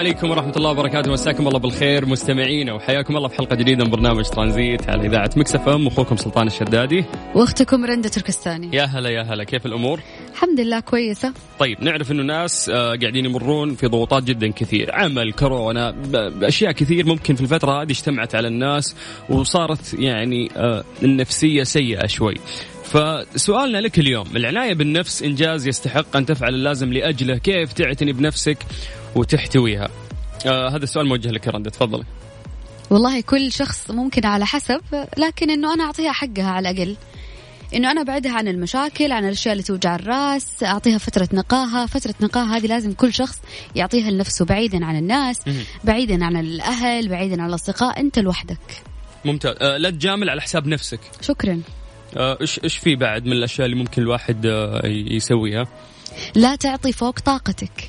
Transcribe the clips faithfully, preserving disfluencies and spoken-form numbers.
عليكم ورحمة الله وبركاته، مساكم الله بالخير مستمعينا وحياكم الله في حلقة جديدة من برنامج ترانزيت على إذاعة مكس اف ام. أخوكم سلطان الشدادي واختكم رندة تركستاني. يا هلا يا هلا، كيف الأمور؟ الحمد لله كويسة. طيب، نعرف إنه ناس قاعدين يمرون في ضغوطات جدا كثير، عمل، كورونا، بأشياء كثير ممكن في الفترة هذه اجتمعت على الناس وصارت يعني النفسية سيئة شوي. فسؤالنا لك اليوم، العناية بالنفس إنجاز يستحق أن تفعل اللازم لأجله، كيف تعتني بنفسك وتحتويها؟ آه هذا السؤال موجه لك رندة، تفضلي. والله كل شخص ممكن على حسب، لكن إنه أنا أعطيها حقها على الأقل، إنه أنا بعدها عن المشاكل، عن الأشياء اللي توجع الرأس، أعطيها فترة نقاهة. فترة نقاهة هذه لازم كل شخص يعطيها لنفسه، بعيدا عن الناس، بعيدا عن الأهل، بعيدا عن الأصدقاء، أنت لوحدك. ممتاز. آه لا تجامل على حساب نفسك. شكرا. إيش إيش في بعد من الأشياء اللي ممكن الواحد آه يسويها؟ لا تعطي فوق طاقتك.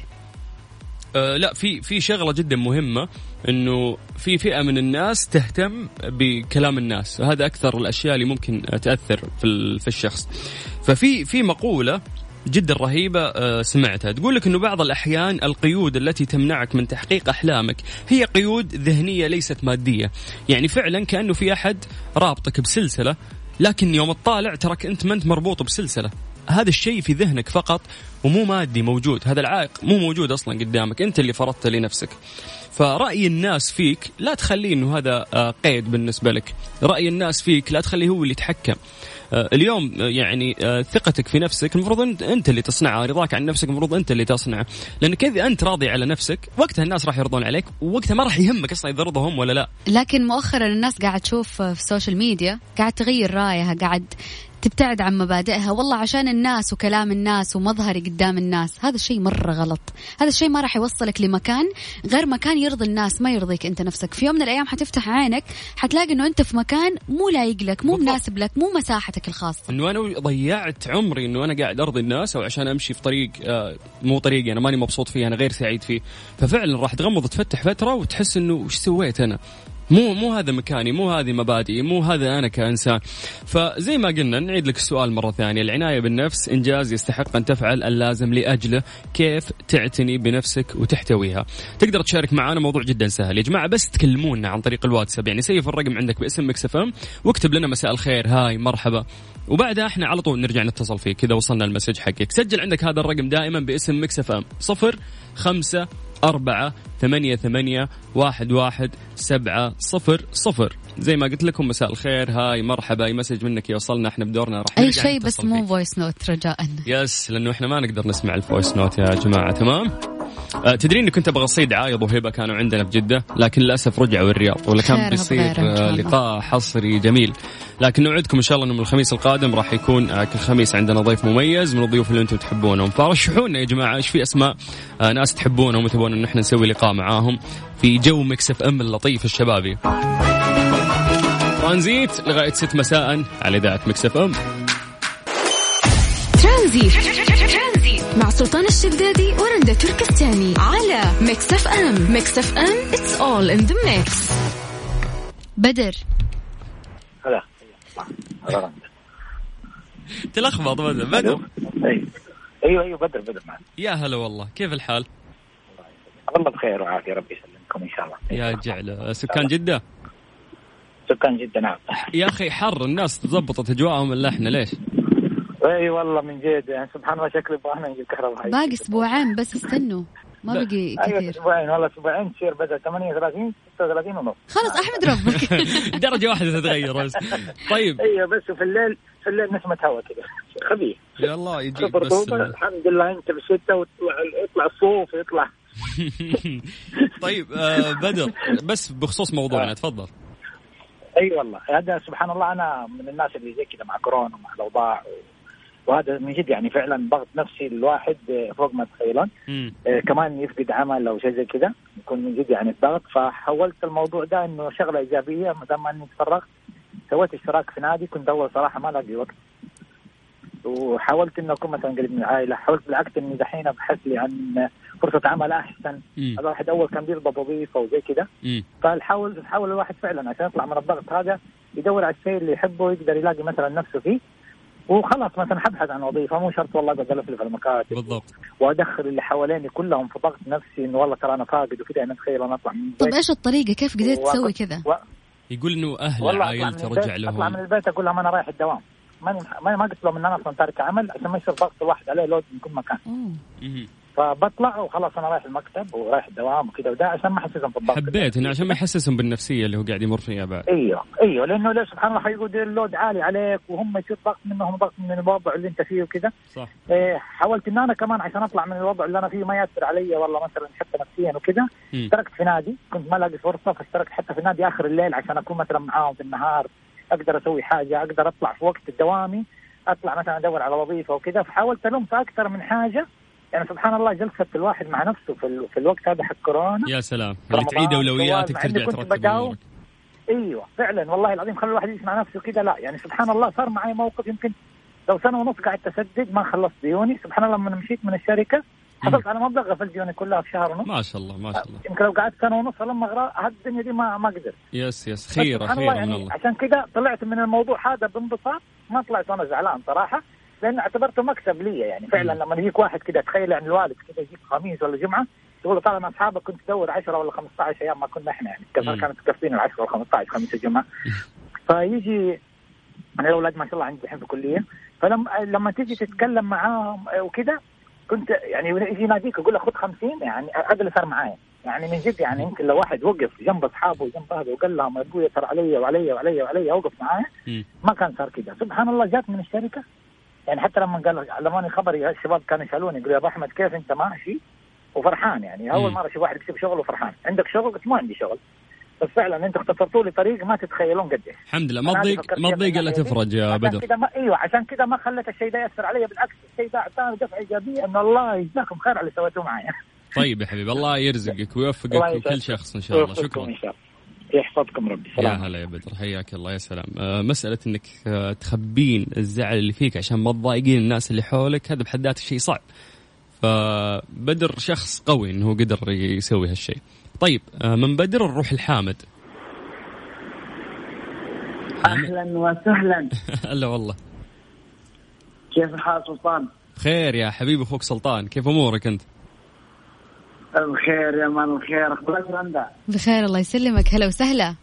آه لا، في في شغلة جدا مهمة، إنه في فئة من الناس تهتم بكلام الناس، هذا أكثر الأشياء اللي ممكن تأثر في في الشخص. ففي في مقولة جدا رهيبة آه سمعتها، تقول لك إنه بعض الأحيان القيود التي تمنعك من تحقيق أحلامك هي قيود ذهنية ليست مادية. يعني فعلا كأنه في أحد رابطك بسلسلة، لكن يوم الطالع ترك أنت ما أنت مربوط بسلسلة. هذا الشيء في ذهنك فقط ومو مادي موجود، هذا العائق مو موجود أصلا قدامك، أنت اللي فرضته لنفسك. فرأي الناس فيك لا تخليه إنه هذا قيد بالنسبة لك، رأي الناس فيك لا تخليه هو اللي يتحكم. اليوم يعني ثقتك في نفسك المفروض أنت اللي تصنعها، رضاك عن نفسك المفروض أنت اللي تصنعه، لأنك إذا أنت راضي على نفسك وقتها الناس راح يرضون عليك، ووقتها ما راح يهمك أصلا إذا رضهم ولا لا. لكن مؤخرا الناس قاعد تشوف في السوشيال ميديا، قاعد تغير رأيها، قاعد تبتعد عن مبادئها، والله عشان الناس وكلام الناس ومظهري قدام الناس. هذا الشيء مرة غلط، هذا الشيء ما راح يوصلك لمكان غير مكان يرضي الناس، ما يرضيك أنت نفسك. في يوم من الأيام حتفتح عينك حتلاقي أنه أنت في مكان مو لايق لك، مو مناسب لك، مو مساحتك الخاصة. أنه أنا ضيعت عمري أنه أنا قاعد أرضي الناس، أو عشان أمشي في طريق آه مو طريقي أنا ماني مبسوط فيه، أنا غير سعيد فيه. ففعلا راح تغمض وتفتح فترة وتحس أنه وش سويت أنا، مو مو هذا مكاني، مو هذه مبادئي، مو هذا أنا كإنسان. فزي ما قلنا نعيد لك السؤال مرة ثانية، العناية بالنفس إنجاز يستحق أن تفعل اللازم لأجله، كيف تعتني بنفسك وتحتويها؟ تقدر تشارك معنا، موضوع جدا سهل يا جماعة، بس تكلمونا عن طريق الواتساب، يعني سيف الرقم عندك باسم مكس اف ام واكتب لنا مساء الخير، هاي، مرحبا، وبعدها احنا على طول نرجع نتصل فيك كذا وصلنا المسج حقك. سجل عندك هذا الرقم دائما باسم مكس اف ام، صفر خمسة أربعة ثمانية ثمانية واحد واحد سبعة صفر صفر. زي ما قلت لكم مساء الخير، هاي، مرحبا، أي مسج منك يوصلنا احنا بدورنا راح أي شيء، بس مو فويس نوت رجاء. يس، لأنه احنا ما نقدر نسمع الفويس نوت يا جماعة. تمام. أه تدرين إني كنت أبغى أصيد عايض وهبة كانوا عندنا في جدة، لكن للأسف رجعوا الرياض، ولا كان بيصير لقاء حصري جميل. لكن نوعدكم إن شاء الله إنه من الخميس القادم راح يكون كل خميس عندنا ضيف مميز من الضيوف اللي أنتم تحبونهم. فرشحونا يا جماعة، إيش في أسماء آه ناس تحبونهم وتبون إن إحنا نسوي لقاء معاهم في جو مكس اف ام اللطيف الشبابي. ترانزيت لغاية ست مساء على إذاعة مكس اف ام. ترانزيت مع سلطان الشدادي ورندة تركستاني على مكس اف ام. مكس اف ام it's all in the mix. بدر، هلا تلخبط بدر. بدر ايوه ايوه بدر بدر معك. يا هلا والله، كيف الحال؟ والله بخير وعافيه، ربي يسلمكم ان شاء الله. يا جعل سكان جدة. سكان جدة نعم. يا اخي حر، الناس تضبطت اجواءهم الا احنا ليش؟ اي والله من جد، يعني سبحان الله شكل باحنا نجيب كهرباء. باقي اسبوعين بس، استنوا ما بقي كثير. ايوه اسبوعين، والله اسبوعين تصير بدل ثمانية وثلاثين ستة وثلاثين ونص. خلاص احمد ربك. درجة واحدة تتغير بس. طيب ايوه بس في الليل في الليل نسمة هواء كذا خفيف. يا الله يجيب بس الحمد لله. انت بالشتاء ويطلع يطلع الصوف يطلع. طيب آه بدر، بس بخصوص موضوعنا تفضل. اي أيوة والله هذا سبحان الله، انا من الناس اللي زي كذا مع كورونا ومع الاوضاع، وهذا من جد يعني فعلا ضغط نفسي الواحد فوق ما تخيلون. آه كمان يفقد عمل او شيء زي كذا يكون من جد يعني الضغط. فحولت الموضوع ده انه شغله ايجابيه، ما دام اني تفرغت سويت اشتراك في نادي. كنت اول صراحه ما لاقي وقت، وحاولت انه اكون مثلا قريب من العائله. حاولت بالعكس اني دحين ابحث لي عن فرصه عمل احسن. الواحد اول كان بيرضى وظيفه وزي كذا، فالحاول حاول الواحد فعلا عشان يطلع من الضغط هذا يدور على الشيء اللي يحبه يقدر يلاقي مثلا نفسه فيه، وخلاص مثلا حبحث عن وظيفه، مو شرط والله اقعد الف في المكاتب بالضبط، وادخل اللي حواليني كلهم في ضغط نفسي انه والله ترى انا فاقد وكذا، انا اتخيل انا اطلع من البيت. طب ايش الطريقه كيف قدرت تسوي كذا؟ و... يقول انه اهل عائلته رجع لهم. اطلع من البيت اقول لهم انا رايح الدوام، ما ما ما قلت لهم ان انا اصلا تارك عمل عشان ما يصير ضغط الواحد عليه لود من كل مكان. امم فبطلع وخلاص انا رايح المكتب ورايح الدوام وكذا، وده عشان ما احسسهم بالضغط. حبيت انه عشان ما يحسسهم بالنفسيه اللي هو قاعد يمر فيها بعد. ايوه ايوه لانه ليش سبحان الله حيقول اللود عالي عليك وهم يصير ضغط منهم ضغط من الوضع اللي انت فيه وكذا. صح. إيه حاولت ان انا كمان عشان اطلع من الوضع اللي انا فيه ما ياثر علي والله مثلا حتى نفسيا وكذا، اشتركت في نادي، كنت ما لاقي فرصه فاشتركت حتى في نادي اخر الليل عشان اكون مثلا معاهم في النهار، اقدر اسوي حاجه، اقدر اطلع في وقت الدوامي اطلع مثلا ادور على وظيفه وكذا. فحاولت الوم في اكثر من حاجه يعني سبحان الله جلسة الواحد مع نفسه في, ال... في الوقت هذا حق كورونا. يا سلام اللي تعيد أولوياتك ترجع ترتب أمورك. أيوة فعلا والله العظيم خلي الواحد يسمع نفسه كذا. لا يعني سبحان الله صار معي موقف يمكن لو سنة ونص قاعد تسدد ما خلصت ديوني، سبحان الله لما مشيت من الشركة حصلت على مبلغ غفلت ديوني كلها في شهر ونص. ما شاء الله ما شاء الله. يمكن لو قعدت سنة ونص لما أغرى هالدنيا دي ما ما قدرت. يس يس خيرة خيرة من يعني الله. عشان كذا طلعت من الموضوع هذا بانبساط، ما طلعت وأنا زعلان صراحة، لأن اعتبرته مكسب لي يعني فعلا. لما يجيك واحد كده تخيل يعني الوالد كده يجيك خميس ولا جمعة تقول له طبعا أنا أصحابك كنت تدور عشرة ولا خمسة عشر أيام ما كنا إحنا يعني كمان كانت تكفين العشرة ولا خمسة عشر خميس وجمعة. فيجي أنا الأولاد ما شاء الله عندي الحين في الكلية، فلما لما تيجي تتكلم معاهم وكده كنت يعني يجي ناديك يقول له خذ خمسين، يعني هذا اللي صار معايا يعني من جد. يعني يمكن لو واحد وقف جنب أصحابه وجنب أهله وقال لهم أبويا ترى علي وعلي وعلي وعلي أوقف معايا ما كان صار كده. سبحان الله جات من الشركة يعني حتى لما قالوا علموني خبري الشباب كانوا يسألوني يقولوا يا أبو أحمد كيف أنت ماشي وفرحان؟ يعني أول مرة أشوف واحد يكتب شغل وفرحان. عندك شغل؟ قلت ما عندي شغل، بس فعلا أنت اختصرتوا لي طريق ما تتخيلون قديش. الحمد لله ما تضيق ما تضيق إلا تفرج يا بدر. كده ما أيوة عشان كده ما خلت الشيء ده يأثر علي، بالعكس الشيء ده أعطاني دفعة إيجابية إن الله يجزاكم خير على اللي سويتوه معايا. طيب يا حبيبي الله يرزقك ويوفقك وكل شخص إن شاء الله. شكرا. يحفظكم ربي. يا هلا يا بدر حياك الله. يا سلام. آه مسألة إنك آه تخبين الزعل اللي فيك عشان ما تضايقين الناس اللي حولك هذا بحد ذاته شيء صعب، فبدر شخص قوي إنه قدر يسوي هالشيء. طيب آه من بدر نروح الحامد. أهلا وسهلا. هلا والله. كيف الحال سلطان؟ خير يا حبيبي أخوك سلطان، كيف أمورك أنت؟ بخير يا مان الخير. أخبارك رندا؟ بخير الله يسلمك. هلا وسهلا.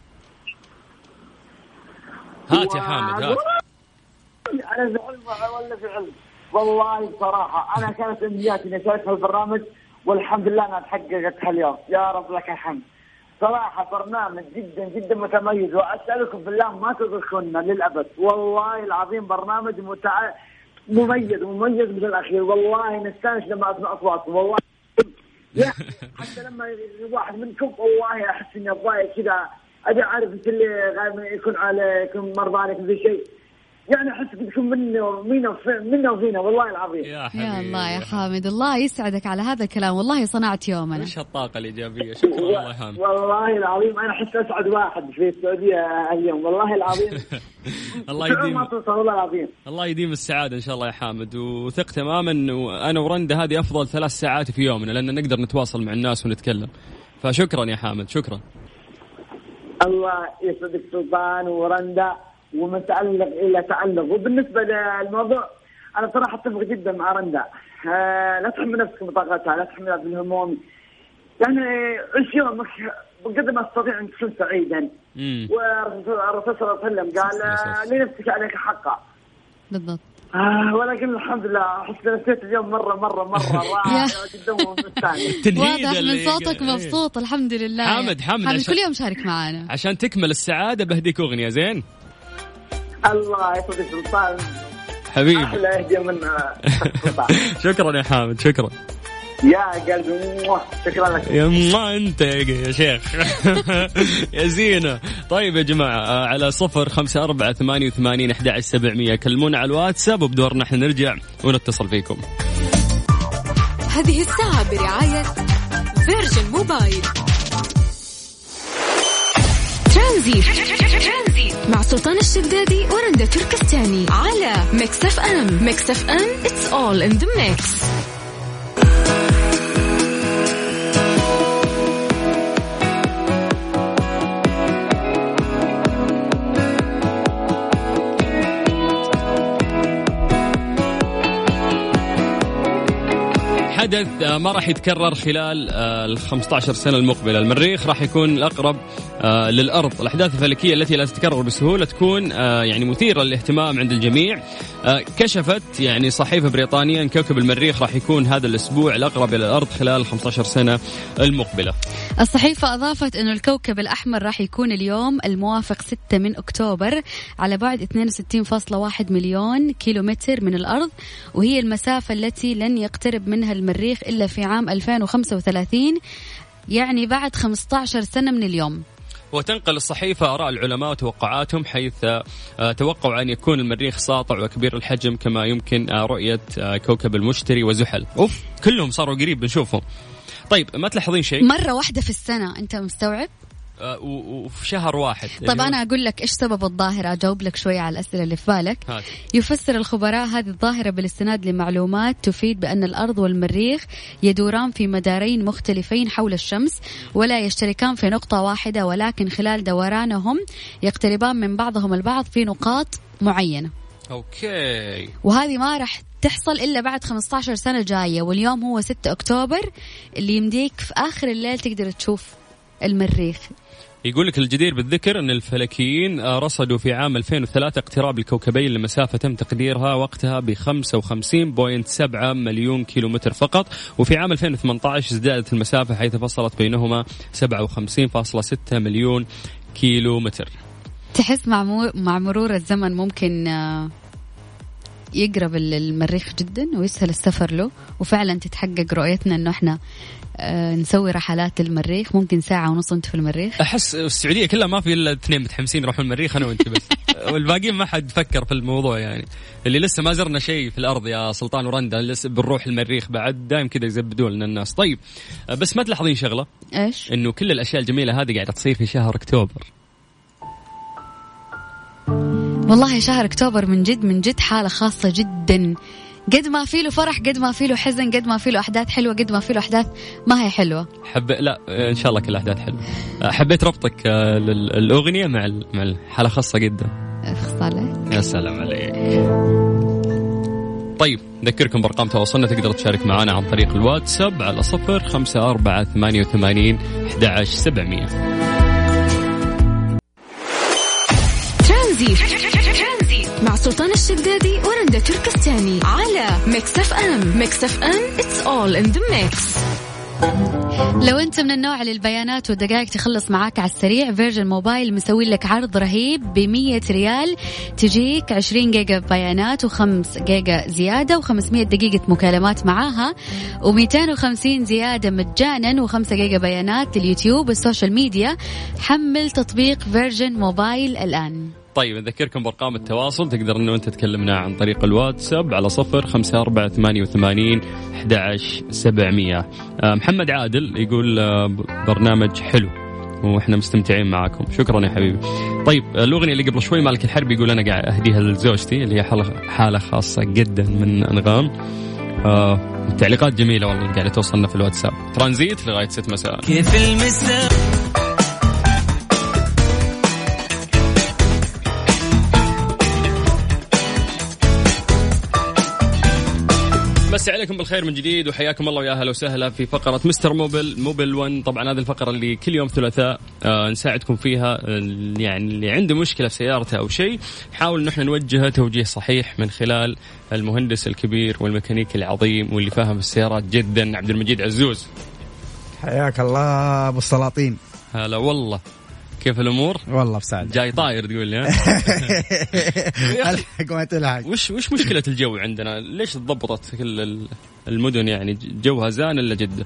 هات يا حامد هات. أنا زعل ولا فعل والله بصراحة أنا كانت أمنياتي إني أشارك في البرنامج والحمد لله أنا تحققت هاليوم يا رب لك الحمد. صراحة برنامج جدا جدا متميز وأسألكم بالله ما تدخلنا للأبد والله العظيم. برنامج متع... مميز مميز من الأخير والله. نستانس لما أسمع أصواتكم والله يعني حتى لما واحد منكم والله أحس إني أضايق كذا أجي أعرف اللي غير يكون عليكم مرضى عليكم ذي شيء يعني أحس بدكم مني ومينا منا وفينا والله العظيم. يا حبيبي يا الله يا حامد الله يسعدك على هذا الكلام والله صنعت يومنا. إيش هالطاقة الإيجابية. شكرا الله يا حامد. والله العظيم أنا أحس أسعد واحد في السعودية اليوم والله العظيم. الله يديم والله العظيم. الله يديم السعادة إن شاء الله يا حامد، وثق تماما وأنا ورندا هذه أفضل ثلاث ساعات في يومنا لأن نقدر نتواصل مع الناس ونتكلم. فشكرا يا حامد. شكرا. الله يسعدك سلطان ورندا ومتعلق إلى تعلق. وبالنسبة للموضوع أنا صراحة أتفق جدا مع رندا. آه لا تحمل نفسك بطاقتها، لا تحملها بالهموم، يعني عيش يومك بقدر ما تستطيع أن تكون سعيدا. والرسول صلى الله عليه وسلم قال لنفسك عليك حقا. بالضبط. آه ولكن الحمد لله أحس نسيت اليوم مرة مرة مرة رائع جدا ومستانس. واضح من صوتك مبسوط الحمد لله. حامد حامد حامد كل يوم شارك معانا. عشان تكمل السعادة بهديك أغنية زين. الله يسعدك سلطان حبيبي. أحلى هدية من سلطان. شكرا يا حامد. شكرا يا قلبي. شكرا لك يا ما أنت يا شيخ. يا زينة. طيب يا جماعة على صفر خمسة أربعة ثمانية وثمانين أحد عشر سبعمية كلمونا على الواتساب وبدورنا احنا نرجع ونتصل فيكم. هذه الساعة برعاية فيرجن موبايل. ترانزيت مع سلطان الشدادي ورندا تركستاني على ميكس اف ام. ميكس اف ام it's all in the mix. حدث ما راح يتكرر خلال ال خمسة عشر سنة المقبلة. المريخ راح يكون الأقرب للأرض. الأحداث الفلكية التي لا تتكرر بسهولة تكون يعني مثيرة للاهتمام عند الجميع. كشفت يعني صحيفة بريطانية أن كوكب المريخ راح يكون هذا الأسبوع الأقرب إلى الأرض خلال ال خمسة عشر سنة المقبلة. الصحيفة أضافت أنه الكوكب الأحمر راح يكون اليوم الموافق ستة من أكتوبر على بعد اثنين وستين فاصلة واحد مليون كيلومتر من الأرض، وهي المسافة التي لن يقترب منها المريخ إلا في عام ألفين وخمسة وثلاثين، يعني بعد خمسة عشر سنة من اليوم. وتنقل الصحيفة آراء العلماء وتوقعاتهم، حيث توقعوا أن يكون المريخ ساطع وكبير الحجم كما يمكن رؤية كوكب المشتري وزحل. أوف، كلهم صاروا قريب بنشوفهم. طيب ما تلاحظين شيء؟ مرة واحدة في السنة، أنت مستوعب؟ وفي شهر واحد. طب أنا أقول لك إيش سبب الظاهرة، أجاوب لك شوية على الأسئلة اللي في بالك. هات. يفسر الخبراء هذه الظاهرة بالاستناد لمعلومات تفيد بأن الأرض والمريخ يدوران في مدارين مختلفين حول الشمس ولا يشتركان في نقطة واحدة، ولكن خلال دورانهم يقتربان من بعضهم البعض في نقاط معينة. أوكي. وهذه ما راح تحصل إلا بعد خمسة عشر سنة جاية، واليوم هو ستة أكتوبر اللي يمديك في آخر الليل تقدر تشوف المريخ. يقول لك الجدير بالذكر أن الفلكيين رصدوا في عام ألفين وثلاثة اقتراب الكوكبين لمسافة تم تقديرها وقتها ب خمسة وخمسين فاصلة سبعة مليون كيلومتر فقط، وفي عام ألفين وثمانية عشر ازدادت المسافة حيث فصلت بينهما سبعة وخمسين فاصلة ستة مليون كيلومتر. تحس مع مع مرور الزمن ممكن يقرب المريخ جدا ويسهل السفر له، وفعلا تتحقق رؤيتنا انه احنا آه نسوي رحلات المريخ، ممكن ساعة ونص انت في المريخ. احس السعودية كلها ما في الا اثنين متحمسين يروحوا المريخ، انا وانت بس. والباقيين ما حد فكر في الموضوع، يعني اللي لسه ما زرنا شيء في الارض يا سلطان ورندا لسه بنروح المريخ بعد، دايم كذا يزبدون لنا الناس. طيب بس ما تلاحظين شغلة؟ ايش؟ انه كل الاشياء الجميلة هذه قاعدة تصير في شهر اكتوبر. والله شهر أكتوبر من جد من جد حالة خاصة جدا، قد ما فيه له فرح قد ما فيه له حزن، قد ما فيه له أحداث حلوة قد ما فيه له أحداث ما هي حلوة. حب لا إن شاء الله كل أحداث حلوة. حبيت ربطك للأغنية مع مع الحالة خاصة جدا. عليك. يا سلام عليك. طيب نذكركم بأرقام تواصلنا، تقدر تشارك معنا عن طريق الواتساب على صفر خمسة أربعة ثمانية وثمانين أحد عشر سبعمية. مع سلطان الشدادي ورندا تركستاني على ميكس اف ام. ميكس اف ام it's all in the mix. لو انت من النوع اللي البيانات والدقائق تخلص معاك على السريع، فيرجن موبايل مسوي لك عرض رهيب بمية ريال تجيك عشرين جيجا بيانات وخمس جيجا زيادة وخمسمية دقيقة مكالمات معاها، ومئتين وخمسين زيادة مجانا وخمسة جيجا بيانات اليوتيوب والسوشيال ميديا. حمل تطبيق فيرجن موبايل الآن. طيب نذكركم بأرقام التواصل، تقدر أنه أنت تكلمنا عن طريق الواتساب على صفر خمسة أربعة ثمانية وثمانين أحد عشر سبعمية. محمد عادل يقول برنامج حلو وإحنا مستمتعين معاكم، شكرا يا حبيبي. طيب الأغنية اللي قبل شوي مالك الحرب يقول أنا قاعد أهديها لزوجتي اللي هي حالة خاصة جدا من أنغام. آه التعليقات جميلة والله قاعدة توصلنا في الواتساب. ترانزيت لغاية ست مساء. كيف المساء بس عليكم بالخير من جديد، وحياكم الله ويا اهلا وسهلا في فقرة مستر موبل موبل ون. طبعا هذه الفقرة اللي كل يوم ثلاثاء آه نساعدكم فيها، آه يعني اللي عنده مشكلة في سيارته أو شيء نحاول نحن نوجهه توجيه صحيح من خلال المهندس الكبير والميكانيكي العظيم واللي فاهم السيارات جدا عبد المجيد عزوز. حياك الله أبو السلاطين. هلا والله، كيف الأمور؟ والله بسعد. جاي طاير تقول لي؟ الحق ما تلحق. وش وش مشكلة الجو عندنا؟ ليش تضبطت كل المدن يعني جوها زان إلا جدة؟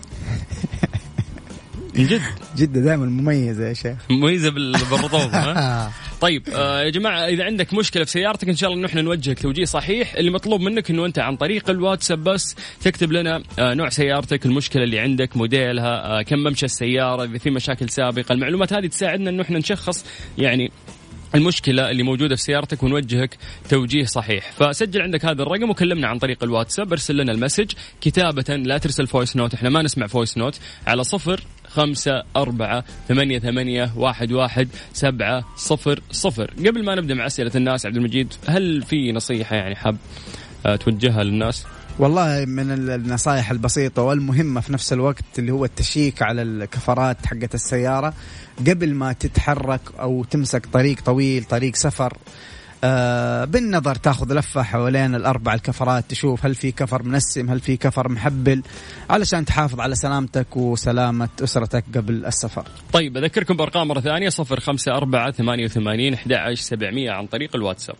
جد جدة دائما مميزة يا شيخ، مميزة بالرطوبة. طيب آه يا جماعة، إذا عندك مشكلة في سيارتك إن شاء الله نحن نوجهك توجيه صحيح. اللي مطلوب منك إنه أنت عن طريق الواتساب بس تكتب لنا آه نوع سيارتك، المشكلة اللي عندك، موديلها، آه كم ممشى السيارة، إذا في مشاكل سابقة. المعلومات هذه تساعدنا إنه إحنا نشخص يعني المشكلة اللي موجودة في سيارتك ونوجهك توجيه صحيح. فسجل عندك هذا الرقم وكلمنا عن طريق الواتساب، ارسل لنا المسج كتابة، لا ترسل فويس نوت، احنا ما نسمع فويس نوت، على صفر خمسة أربعة ثمانية ثمانية واحد واحد سبعة صفر صفر. قبل ما نبدأ مع أسئلة الناس عبد المجيد، هل في نصيحة يعني حاب توجهها للناس؟ والله من النصائح البسيطة والمهمة في نفس الوقت اللي هو التشيك على الكفرات حقة السيارة قبل ما تتحرك أو تمسك طريق طويل، طريق سفر. آه بالنظر تاخذ لفة حوالين الأربع الكفرات، تشوف هل في كفر منسم، هل في كفر محبل، علشان تحافظ على سلامتك وسلامة أسرتك قبل السفر. طيب أذكركم بأرقام مرة ثانية: صفر خمسة أربعة ثمانية وثمانين أحد عشر سبعمية عن طريق الواتساب.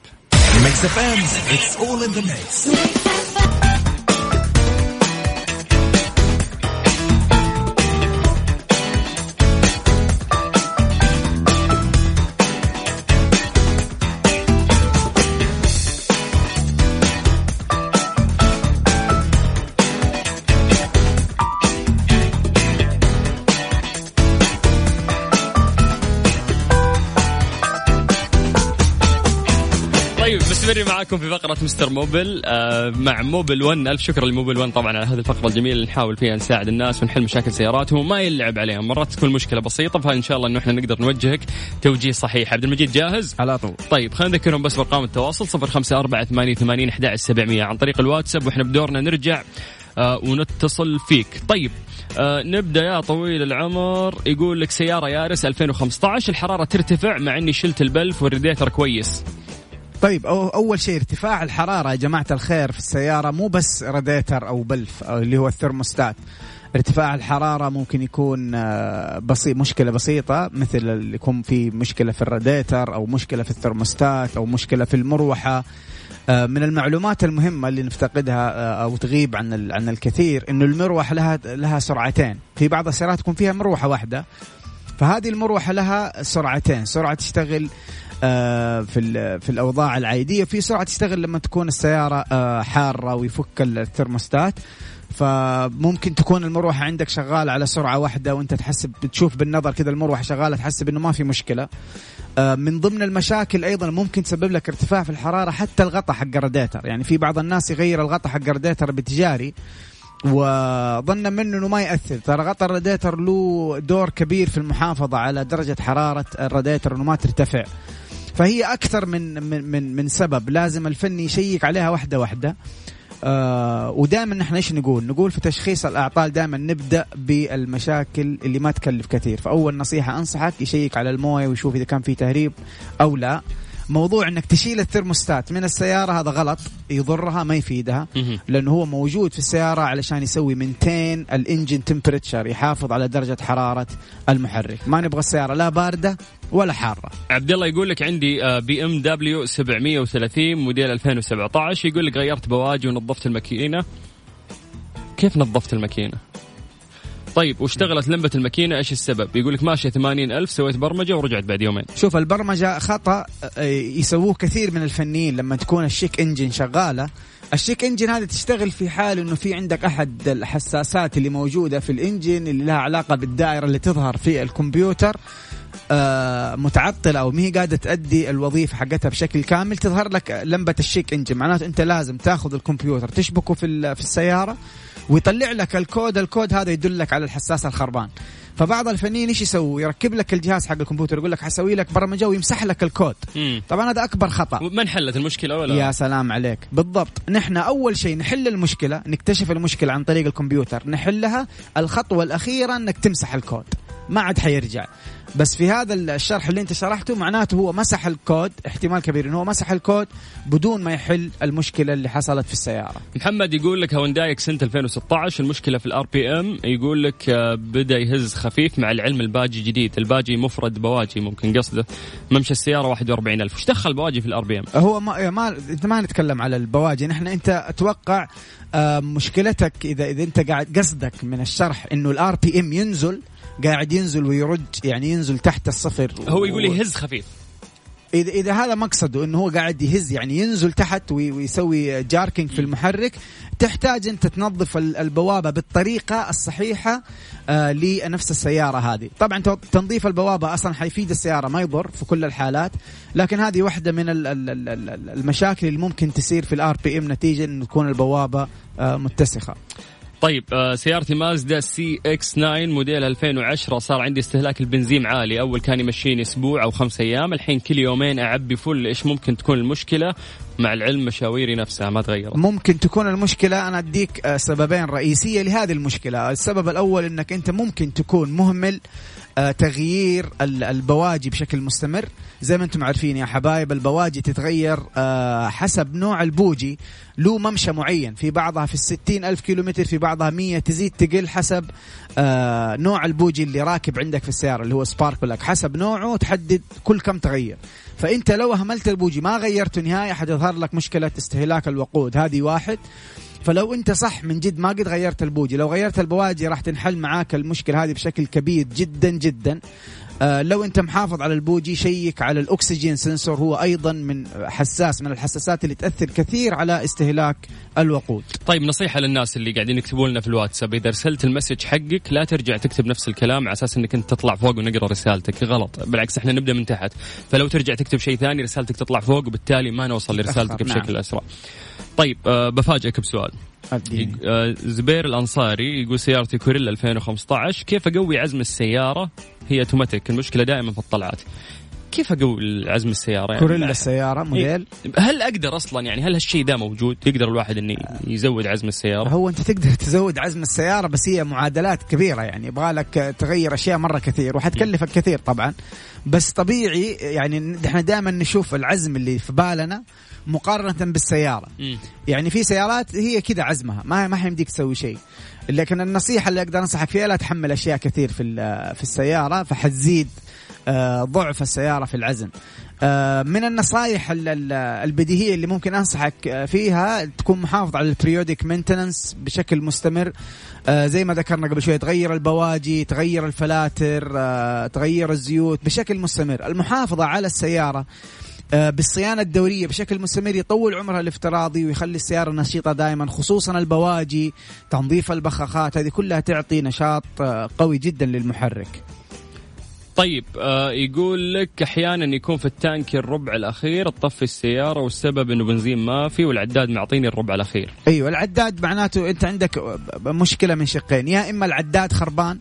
مستمرين معاكم في فقرة مستر موبل آه مع موبل ون. ألف شكر لموبل ون طبعا على هذه الفقرة الجميلة اللي نحاول فيها نساعد الناس ونحل مشاكل سياراتهم وما يلعب عليهم. مرات تكون مشكلة بسيطة، فإن شاء الله إنه إحنا نقدر نوجهك توجيه صحيح. عبد المجيد جاهز؟ على طول. طيب خلينا نذكرهم بس بأرقام التواصل: صفر خمسة أربعة ثمانية وثمانين أحد عشر سبعمية عن طريق الواتساب، وإحنا بدورنا نرجع آه ونتصل فيك. طيب آه نبدأ يا طويل العمر. يقول لك سيارة يارس ألفين وخمسة عشر، الحرارة ترتفع مع إني شلت البلف والراديتر كويس. طيب أول شيء ارتفاع الحرارة يا جماعة الخير في السيارة مو بس راديتر أو بلف أو اللي هو الثرموستات. ارتفاع الحرارة ممكن يكون بسيط، مشكلة بسيطة مثل اللي يكون في مشكلة في الراديتر أو مشكلة في الثرموستات أو مشكلة في المروحة. من المعلومات المهمة اللي نفتقدها أو تغيب عن عن الكثير إنه المروحة لها لها سرعتين. في بعض السيارات تكون فيها مروحة واحدة، فهذه المروحة لها سرعتين، سرعة تشتغل في في الأوضاع العادية، في سرعة تشتغل لما تكون السيارة حارة ويفك الثرموستات. فممكن تكون المروحة عندك شغالة على سرعة واحدة وانت تحسب بتشوف بالنظر كذا المروحة شغالة، تحسب انه ما في مشكلة. من ضمن المشاكل ايضا ممكن تسبب لك ارتفاع في الحرارة حتى الغطاء حق الراديتر. يعني في بعض الناس يغير الغطاء حق الراديتر بتجاري وظن منه انه ما يأثر، ترى غطاء الراديتر له دور كبير في المحافظة على درجة حرارة الراديتر انه ما ترتفع. فهي أكثر من من من من سبب، لازم الفني يشيك عليها واحدة واحدة. آه ودائما نحن إيش نقول نقول في تشخيص الأعطال دائما نبدأ بالمشاكل اللي ما تكلف كثير. فأول نصيحة أنصحك يشيك على الموية ويشوف إذا كان في تهريب أو لا. موضوع انك تشيل الثرموستات من السيارة هذا غلط، يضرها ما يفيدها، لأنه هو موجود في السيارة علشان يسوي مينتين الانجن تمبريتشر، يحافظ على درجة حرارة المحرك. ما نبغى السيارة لا باردة ولا حارة. عبد الله يقول لك عندي بي ام دبليو سبعمية وثلاثين موديل ألفين وسبعة عشر، يقول لك غيرت بواجي ونظفت الماكينة. كيف نظفت الماكينة؟ طيب واشتغلت لمبة الماكينة، ايش السبب؟ يقولك ماشية ثمانين ألف، سويت برمجة ورجعت بعد يومين. شوف البرمجة خطأ يسووه كثير من الفنيين لما تكون الشيك انجن شغالة. الشيك انجن هذا تشتغل في حال انه في عندك احد الحساسات اللي موجودة في الانجن اللي لها علاقة بالدائرة اللي تظهر في الكمبيوتر آه متعطلة أو مهي قاعدة تأدي الوظيفة حقتها بشكل كامل، تظهر لك لمبة الشيك انجن. معناته أنت لازم تأخذ الكمبيوتر تشبكه في في السيارة ويطلع لك الكود، الكود هذا يدلك على الحساس الخربان. فبعض الفنيين ايش يسوي؟ يركب لك الجهاز حق الكمبيوتر يقول لك حسوي لك برمجه ويمسح لك الكود. مم. طبعا هذا اكبر خطا. ما انحلت المشكله ولا؟ يا سلام عليك، بالضبط. نحن اول شيء نحل المشكله، نكتشف المشكله عن طريق الكمبيوتر، نحلها. الخطوه الاخيره انك تمسح الكود، ما عاد حيرجع. بس في هذا الشرح اللي انت شرحته معناته هو مسح الكود، احتمال كبير انه هو مسح الكود بدون ما يحل المشكله اللي حصلت في السياره. محمد يقول لك هونداي اكسنت ألفين وستة عشر، المشكله في الار بي ام. يقول لك بدا يهز خفيف، مع العلم الباجي جديد، الباجي مفرد بواجي ممكن قصده. ممشى السياره واحد وأربعين ألف. وش دخل بواجي في الار بي ام؟ هو ما, ما انت ما نتكلم على البواجي، نحن انت اتوقع مشكلتك اذا اذا انت قاعد قصدك من الشرح انه الار بي ام ينزل، قاعد ينزل ويرج، يعني ينزل تحت الصفر. هو يقول يهز خفيف. إذا إذا هذا مقصده إنه هو قاعد يهز يعني ينزل تحت ويسوي جاركينج في المحرك، تحتاج أنت تنظف البوابة بالطريقة الصحيحة آه لنفس السيارة هذه. طبعا تنظيف البوابة أصلا حيفيد السيارة، ما يضر في كل الحالات، لكن هذه واحدة من المشاكل اللي ممكن تصير في الار بي ام نتيجة إنه تكون البوابة آه متسخة. طيب آه سيارتي مازدا سي اكس تسعة موديل ألفين وعشرة، صار عندي استهلاك البنزين عالي، أول كان يمشيني أسبوع أو خمس أيام، الحين كل يومين أعبي فل. إيش ممكن تكون المشكلة؟ مع العلم مشاويري نفسها ما تغيرت. ممكن تكون المشكلة، أنا أديك سببين رئيسية لهذه المشكلة. السبب الأول أنك أنت ممكن تكون مهمل تغيير البواجي بشكل مستمر. زي ما أنتم عارفين يا حبايب، البواجي تتغير حسب نوع البوجي، له ممشى معين، في بعضها في الستين ألف كيلومتر، في بعضها مية، تزيد تقل حسب نوع البوجي اللي راكب عندك في السيارة اللي هو سبارك بلاك، حسب نوعه تحدد كل كم تغير. فأنت لو أهملت البوجي ما غيرته نهاية حتظهر لك مشكلة استهلاك الوقود، هذه واحد. فلو انت صح من جد ما قد غيرت البوجي، لو غيرت البواجي راح تنحل معاك المشكلة هذه بشكل كبير جدا جدا. آه لو انت محافظ على البوجي، شيك على الاكسجين سنسور، هو ايضا من حساس من الحساسات اللي تأثر كثير على استهلاك الوقود. طيب نصيحة للناس اللي قاعدين يكتبوا لنا في الواتساب، اذا ارسلت المسج حقك لا ترجع تكتب نفس الكلام على اساس انك انت تطلع فوق ونقرا رسالتك، غلط، بالعكس احنا نبدا من تحت، فلو ترجع تكتب شيء ثاني رسالتك تطلع فوق وبالتالي ما نوصل لرسالتك بشكل نعم. اسرع. طيب أه بفاجئك بسؤال. أه زبير الأنصاري يقول سيارتي كوريلا ألفين وخمسة عشر، كيف أقوي عزم السيارة؟ هي اوتوماتيك، المشكلة دائما في الطلعات، كيف أقوي عزم السيارة؟ يعني كوريلا السيارة موديل، هل أقدر أصلا يعني هل هالشيء ده موجود؟ يقدر الواحد إنه يزود عزم السيارة؟ هو أنت تقدر تزود عزم السيارة، بس هي معادلات كبيرة، يعني يبغالك تغير أشياء مرة كثير وحتكلفك كثير طبعا. بس طبيعي يعني إحنا دائما نشوف العزم اللي في بالنا مقارنة بالسيارة. م. يعني في سيارات هي كده عزمها ما ما حيمديك تسوي شيء، لكن النصيحة اللي أقدر أنصحك فيها لا تحمل أشياء كثير في في السيارة فحتزيد ضعف السيارة في العزم. من النصائح البديهية اللي ممكن أنصحك فيها تكون محافظ على البريودك مينتننس بشكل مستمر، زي ما ذكرنا قبل شوية، تغير البواجي، تغير الفلاتر، تغير الزيوت بشكل مستمر. المحافظة على السيارة بالصيانة الدورية بشكل مستمر يطول عمرها الافتراضي ويخلي السيارة نشيطة دائما، خصوصا البواجي، تنظيف البخاخات، هذه كلها تعطي نشاط قوي جدا للمحرك. طيب آه يقول لك أحيانا يكون في التانك الربع الأخير تطفي السيارة والسبب إنه بنزين ما في والعداد معطيني الربع الأخير. أيوة العداد معناته أنت عندك مشكلة من شقين، يا إما العداد خربان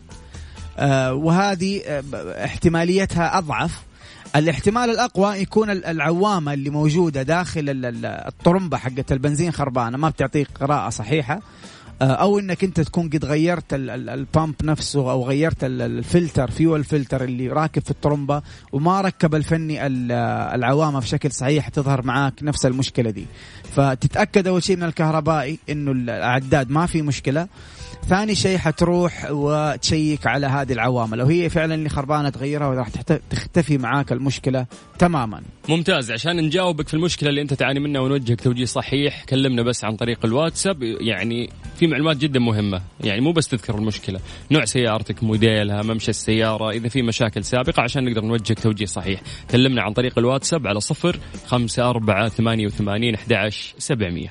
آه وهذه آه احتماليتها أضعف. الاحتمال الأقوى يكون العوامة اللي موجودة داخل الطرمبة حقت البنزين خربانة ما بتعطيك قراءة صحيحة، أو إنك أنت تكون قد غيرت البامب نفسه أو غيرت الفلتر فيول فلتر اللي راكب في الطرمبة وما ركب الفني العوامة بشكل صحيح، تظهر معاك نفس المشكلة دي. فتتأكد أول شيء من الكهربائي إنه العداد ما في مشكلة. ثاني شيء حتروح وتشيك على هذه العوامل، لو هي فعلا اللي خربانة تغيرها وراح تختفي معاك المشكلة تماما. ممتاز. عشان نجاوبك في المشكلة اللي أنت تعاني منها ونوجهك توجيه صحيح كلمنا بس عن طريق الواتساب. يعني في معلومات جدا مهمة، يعني مو بس تذكر المشكلة، نوع سيارتك، موديلها، ممشى السيارة، إذا في مشاكل سابقة عشان نقدر نوجهك توجيه صحيح. كلمنا عن طريق الواتساب على صفر خمسة أربعة ثمانية وثمانين أحد عشر سبعمية.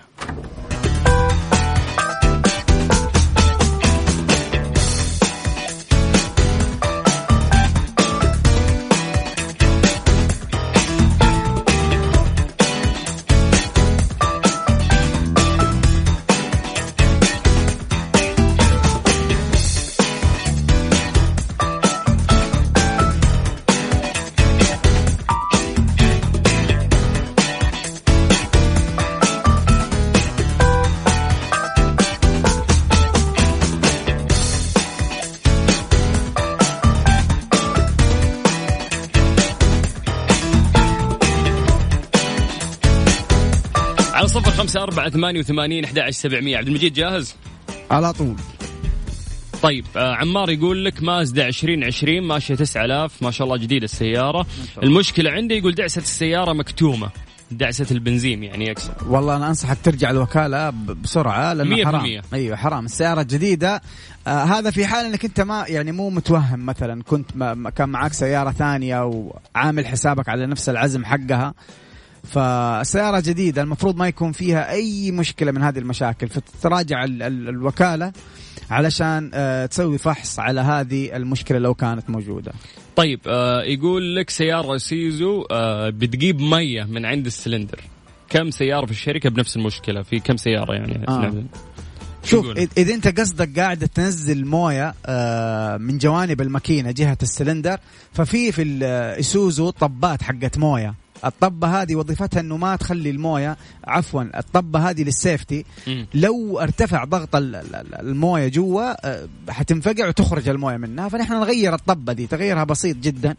صفر خمسة أربعة ثمانية وثمانين أحد عشر سبعمية. عبد المجيد جاهز؟ على طول. طيب آه عمار يقول لك مازدا عشرين عشرين ماشية تسعة آلاف، ما شاء الله جديدة السيارة، المشكلة عندي يقول دعسة السيارة مكتومة، دعسة البنزين يعني يكسر. والله أنا أنصحك ترجع الوكالة بسرعة لأنه حرام. أيوة حرام، السيارة جديدة. آه هذا في حال أنك أنت ما يعني مو متوهم، مثلا كنت ما كان معك سيارة ثانية وعامل حسابك على نفس العزم حقها، فالسيارة جديدة المفروض ما يكون فيها أي مشكلة من هذه المشاكل، فتراجع ال ال الوكالة علشان آه تسوي فحص على هذه المشكلة لو كانت موجودة. طيب آه يقول لك سيارة سيزو آه بتجيب مية من عند السلندر، كم سيارة في الشركة بنفس المشكلة؟ في كم سيارة يعني؟ آه. شوف إذا أنت قصدك قاعدة تنزل موية من جوانب الماكينة جهة السلندر، ففي في الإيسوزو طبات حقت موية. الطبة هذه وظيفتها أنه ما تخلي الموية، عفوا الطبة هذه للسيفتي، لو ارتفع ضغط الموية جوا حتنفقع وتخرج الموية منها، فنحن نغير الطبة دي، تغييرها بسيط جدا.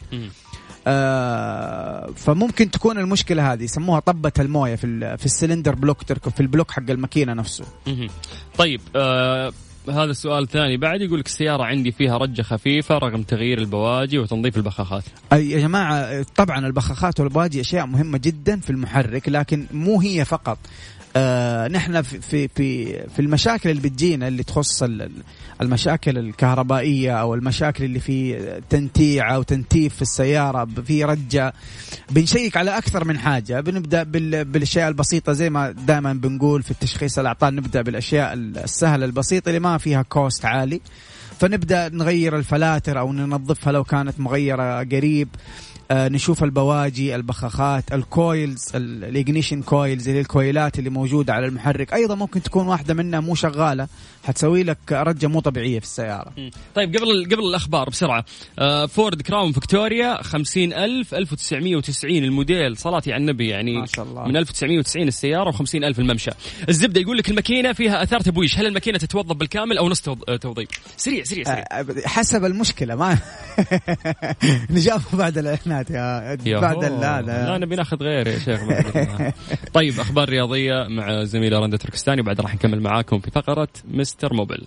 آه فممكن تكون المشكلة هذه يسموها طبة الموية في في السلندر بلوك، تركب في البلوك حق الماكينة نفسه. طيب آه هذا السؤال الثاني بعد يقول لك السيارة عندي فيها رجة خفيفة رغم تغيير البواجي وتنظيف البخاخات. أي يا جماعة طبعا البخاخات والبواجي أشياء مهمة جدا في المحرك، لكن مو هي فقط. آه نحن في في في المشاكل اللي بتجينا اللي تخص المشاكل الكهربائية أو المشاكل اللي في تنتيع أو تنتيف في السيارة، في رجة، بنشيك على أكثر من حاجة. بنبدأ بالأشياء البسيطة زي ما دائما بنقول في التشخيص الأعطال، نبدأ بالأشياء السهلة البسيطة اللي ما فيها كوست عالي، فنبدأ نغير الفلاتر أو ننظفها لو كانت مغيرة قريب. آه نشوف البواجي، البخاخات، الكويلز، الإجنيشن كويلز اللي الكويلات اللي موجودة على المحرك أيضا ممكن تكون واحدة منها مو شغالة، حتسوي لك رجة مو طبيعية في السيارة. طيب قبل قبل الأخبار بسرعة، آه فورد كراون فيكتوريا خمسين ألف ألف وتسعمية وتسعين الموديل، صلاتي على النبي يعني ما شاء الله. من ألف وتسعمية وتسعين السيارة وخمسين ألف الممشى. الزبدة يقول لك الماكينة فيها أثار تبويش، هل الماكينة تتوظف بالكامل أو نص توظيف؟ سريع سريع سريع. آه حسب المشكلة، ما نجاوب بعد الإعلانات يا بعد لا لا لا نبي ناخذ غير يا شيخ. طيب أخبار رياضية مع زميلة رندا تركستاني، وبعد راح نكمل معاكم في فقرة مستر موبل.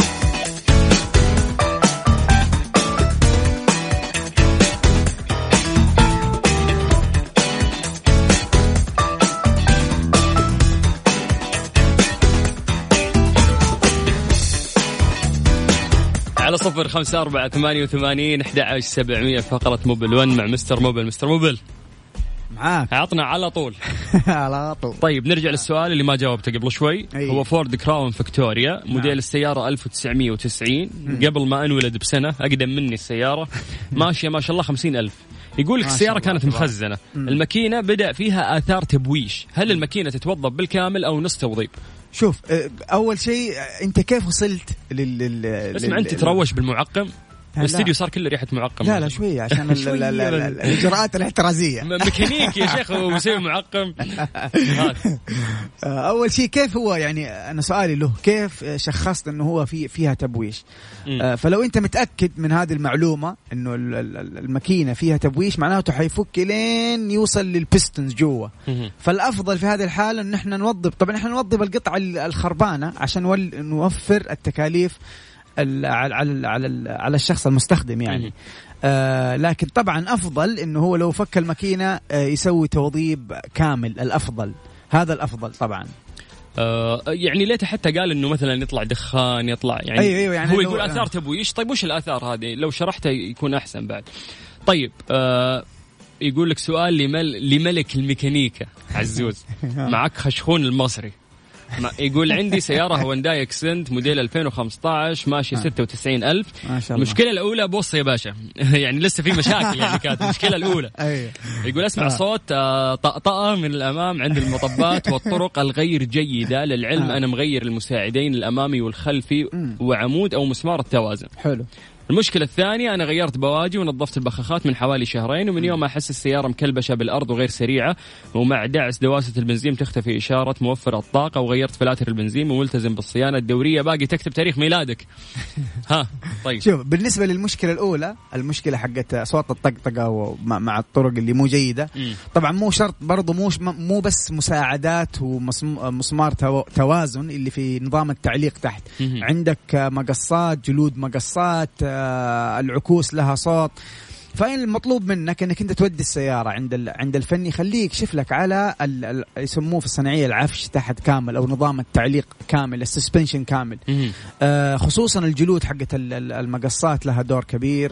على صفر خمسة أربعة ثمانية وثمانين أحد عشر سبعمية فقرة موبل ون مع مستر موبل. مستر موبل معاك، عطنا على طول. على طول. طيب نرجع للسؤال اللي ما جاوبته قبل شوي. أيه. هو فورد كراون فيكتوريا موديل نعم. السيارة ألف وتسعمية وتسعين، قبل ما أنولد بسنة، أقدم مني السيارة، ماشية ما شاء الله خمسين ألف. يقول لك السيارة كانت مخزنة، الماكينة بدأ فيها آثار تبويش، هل الماكينة تتوظف بالكامل أو نص توظيف؟ شوف أول شيء أنت كيف وصلت لل اسمع أنت تروش بالمعقم، الاستديو صار كله ريحة معقم. لا لا شوية عشان الإجراءات الاحترازية. ميكانيكي يا شيخ ومسوي معقم. أول شيء كيف هو يعني أنا سؤالي له كيف شخصت إنه هو في فيها تبويش؟ فلو أنت متأكد من هذه المعلومة إنه الماكينة فيها تبويش، معناته حيفك لين يوصل للبيستنز جوا. فالأفضل في هذه الحالة إن إحنا نوظف، طبعا إحنا نوظف القطعة الخربانة عشان نوفر التكاليف على على على على الشخص المستخدم يعني. آه لكن طبعا أفضل إنه هو لو فك الماكينة آه يسوي توظيف كامل، الأفضل هذا الأفضل طبعا. آه يعني ليته حتى قال إنه مثلا يطلع دخان يطلع يعني, أيوة أيوة يعني هو يقول آثار تبويش. طيب وش الآثار هذه؟ لو شرحتها يكون أحسن بعد. طيب آه يقول لك سؤال لمل لملك الميكانيكا عزوز معك خشخون المصري، يقول عندي سيارة هونداي اكسنت موديل ألفين وخمسة عشر ماشي ستة وتسعين ألف. المشكلة الأولى بص يا باشا يعني لسه في مشاكل يعني كانت المشكلة الأولى. يقول أسمع صوت طقطقة من الأمام عند المطبات والطرق الغير جيدة، للعلم أنا مغير المساعدين الأمامي والخلفي وعمود أو مسمار التوازن. حلو. المشكلة الثانية أنا غيرت بواجي ونظفت البخاخات من حوالي شهرين، ومن يوم أحس السيارة مكلبشة بالأرض وغير سريعة، ومع دعس دواسة البنزين تختفي إشارة موفر الطاقة، وغيرت فلاتر البنزين وملتزم بالصيانة الدورية، باقي تكتب تاريخ ميلادك. ها طيب شوف بالنسبة للمشكلة الأولى، المشكلة حقت أصوات الطقطقة ومع الطرق اللي مو جيدة، طبعا مو شرط برضو مو مو بس مساعدات ومسمار توازن اللي في نظام التعليق تحت، عندك مقصات جلود، مقصات العكوس لها صوت. فإن المطلوب منك أنك أنت تودي السيارة عند عند الفني، خليه يكشف لك على ال يسموه في الصناعية العفش تحت كامل أو نظام التعليق كامل، السسبنشن كامل. آه خصوصا الجلود حقت المقصات لها دور كبير.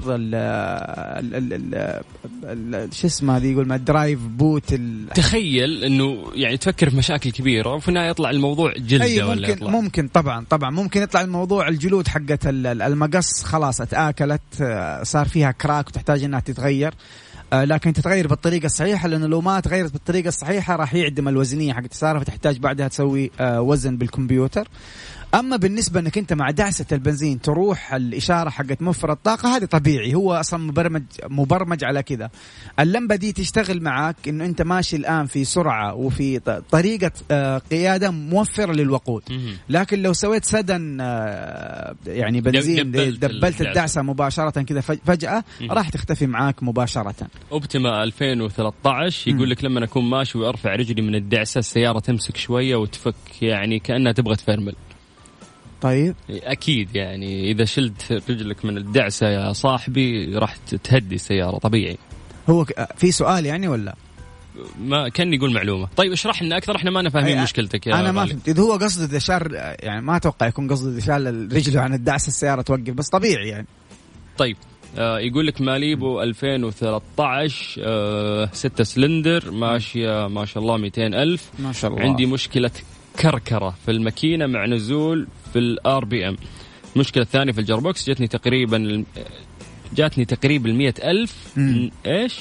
شو اسمه هذه يقول ما الدرايف بوت. تخيل إنه يعني تفكر في مشاكل كبيرة وفي النهاية يطلع الموضوع جلدة. أي ممكن ولا يطلع. ممكن طبعا طبعا ممكن يطلع الموضوع الجلود حقت المقص خلاص اتآكلت، صار فيها كراك وتحتاج انها تتغير. آه لكن تتغير بالطريقة الصحيحة، لأنه لو ما تغيرت بالطريقة الصحيحة راح يعدم الوزنية حق السيارة، فتحتاج بعدها تسوي آه وزن بالكمبيوتر. أما بالنسبة أنك أنت مع دعسة البنزين تروح الإشارة حقت موفر الطاقة، هذه طبيعي، هو أصلا مبرمج مبرمج على كذا. اللمبة دي تشتغل معك إنه أنت ماشي الآن في سرعة وفي طريقة قيادة موفرة للوقود. لكن لو سويت سدن يعني بنزين دبلت, دبلت الدعسة مباشرة كذا فجأة راح تختفي معاك مباشرة. أوبتيما ألفين وثلاثة عشر يقول لك لما أكون ماشي وأرفع رجلي من الدعسة السيارة تمسك شوية وتفك، يعني كأنها تبغى تفرمل. طيب أكيد يعني إذا شلت رجلك من الدعسة يا صاحبي راح تهدي السيارة طبيعي. هو في سؤال يعني ولا ما كان يقول معلومة؟ طيب اشرح لنا أكثر، إحنا ما نفهمين مشكلتك يا أنا ما فهمت. إذا هو قصده إذا شال، يعني ما أتوقع يكون قصده إذا شال رجله عن الدعسة السيارة توقف، بس طبيعي يعني. طيب آه يقول لك ماليبو ألفين وثلاثة عشر آه ستة سلندر ماشية ما شاء الله مئتين ألف ما شاء الله. عندي مشكلة كركرة في الماكينة مع نزول في الار بي ام. المشكلة الثانية في الجربوكس جاتني تقريبا جاتني تقريبا مئة ألف ايش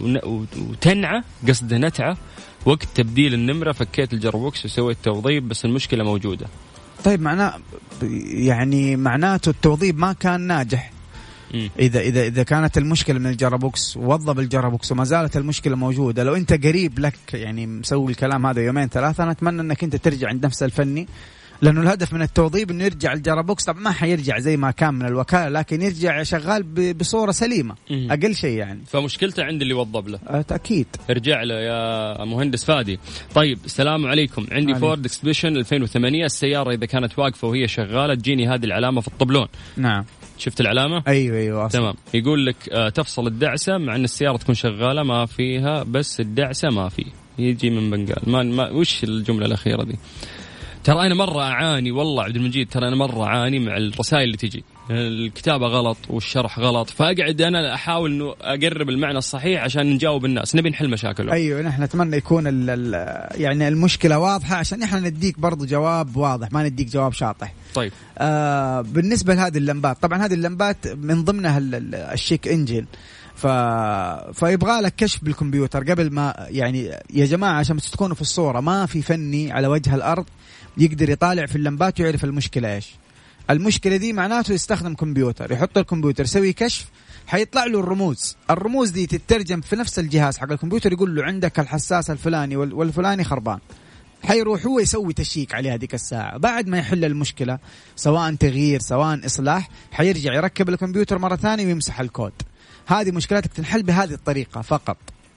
وتنعة قصد نتعة وقت تبديل النمرة، فكيت الجربوكس وسويت توضيب بس المشكلة موجودة. طيب معناه يعني معناته التوضيب ما كان ناجح. إذا إذا إذا كانت المشكلة من الجرابوكس ووضب الجرابوكس وما زالت المشكلة موجودة، لو أنت قريب لك يعني مسوي الكلام هذا يومين ثلاثة، أنا أتمنى أنك أنت ترجع عند نفس الفني، لأنه الهدف من التوضيب إنه يرجع الجرابوكس. طبعا ما حيرجع زي ما كان من الوكالة، لكن يرجع شغال بصورة سليمة أقل شيء يعني. فمشكلته عند اللي وضب له. أكيد ارجع له يا مهندس فادي. طيب السلام عليكم، عندي عليك. فورد اكسبيشن ألفين وثمانية، السيارة إذا كانت واقفة وهي شغالة تجيني هذه العلامة في الطبلون. نعم شفت العلامة؟ أيوة أيوة أصلاً. تمام. يقول لك آه تفصل الدعسة مع أن السيارة تكون شغالة ما فيها بس الدعسة ما في، يجي من بنقال. ما, ما وش الجملة الأخيرة دي؟ ترى أنا مرة أعاني والله عبد المجيد، ترى أنا مرة أعاني مع الرسائل اللي تجي، الكتابة غلط والشرح غلط، فأقعد أنا أحاول إنه أقرب المعنى الصحيح عشان نجاوب الناس، نبي نحل مشاكلهم. أيوة نحن نتمنى يكون ال ال يعني المشكلة واضحة عشان إحنا نديك برضو جواب واضح، ما نديك جواب شاطح. طيب آه بالنسبة لهذه اللمبات، طبعا هذه اللمبات من ضمنها الشيك إنجين، ف... فيبغى لك كشف بالكمبيوتر قبل ما يعني يا جماعة عشان تكونوا في الصورة، ما في فني على وجه الأرض يقدر يطالع في اللمبات ويعرف المشكلة إيش. المشكلة دي معناته يستخدم كمبيوتر، يحط الكمبيوتر يسوي كشف، حيطلع له الرموز، الرموز دي تترجم في نفس الجهاز حق الكمبيوتر، يقول له عندك الحساس الفلاني والفلاني خربان، حيروح هو يسوي تشيك عليه هذيك الساعة. بعد ما يحل المشكلة سواء تغيير سواء إصلاح، حيرجع يركب الكمبيوتر مرة ثانية ويمسح الكود. هذه مشكلتك تنحل بهذه الطريقة فقط.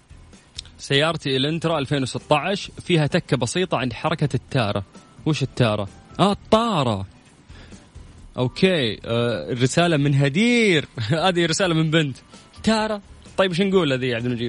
سيارتي الانترا ألفين وستة عشر فيها تكة بسيطة عند حركة التارة. وش التارة؟ آه الطارة. أوكي آه الرسالة من هدير هذه رسالة من بنت تارة. طيب وش نقول هذه يا عبد المجيد؟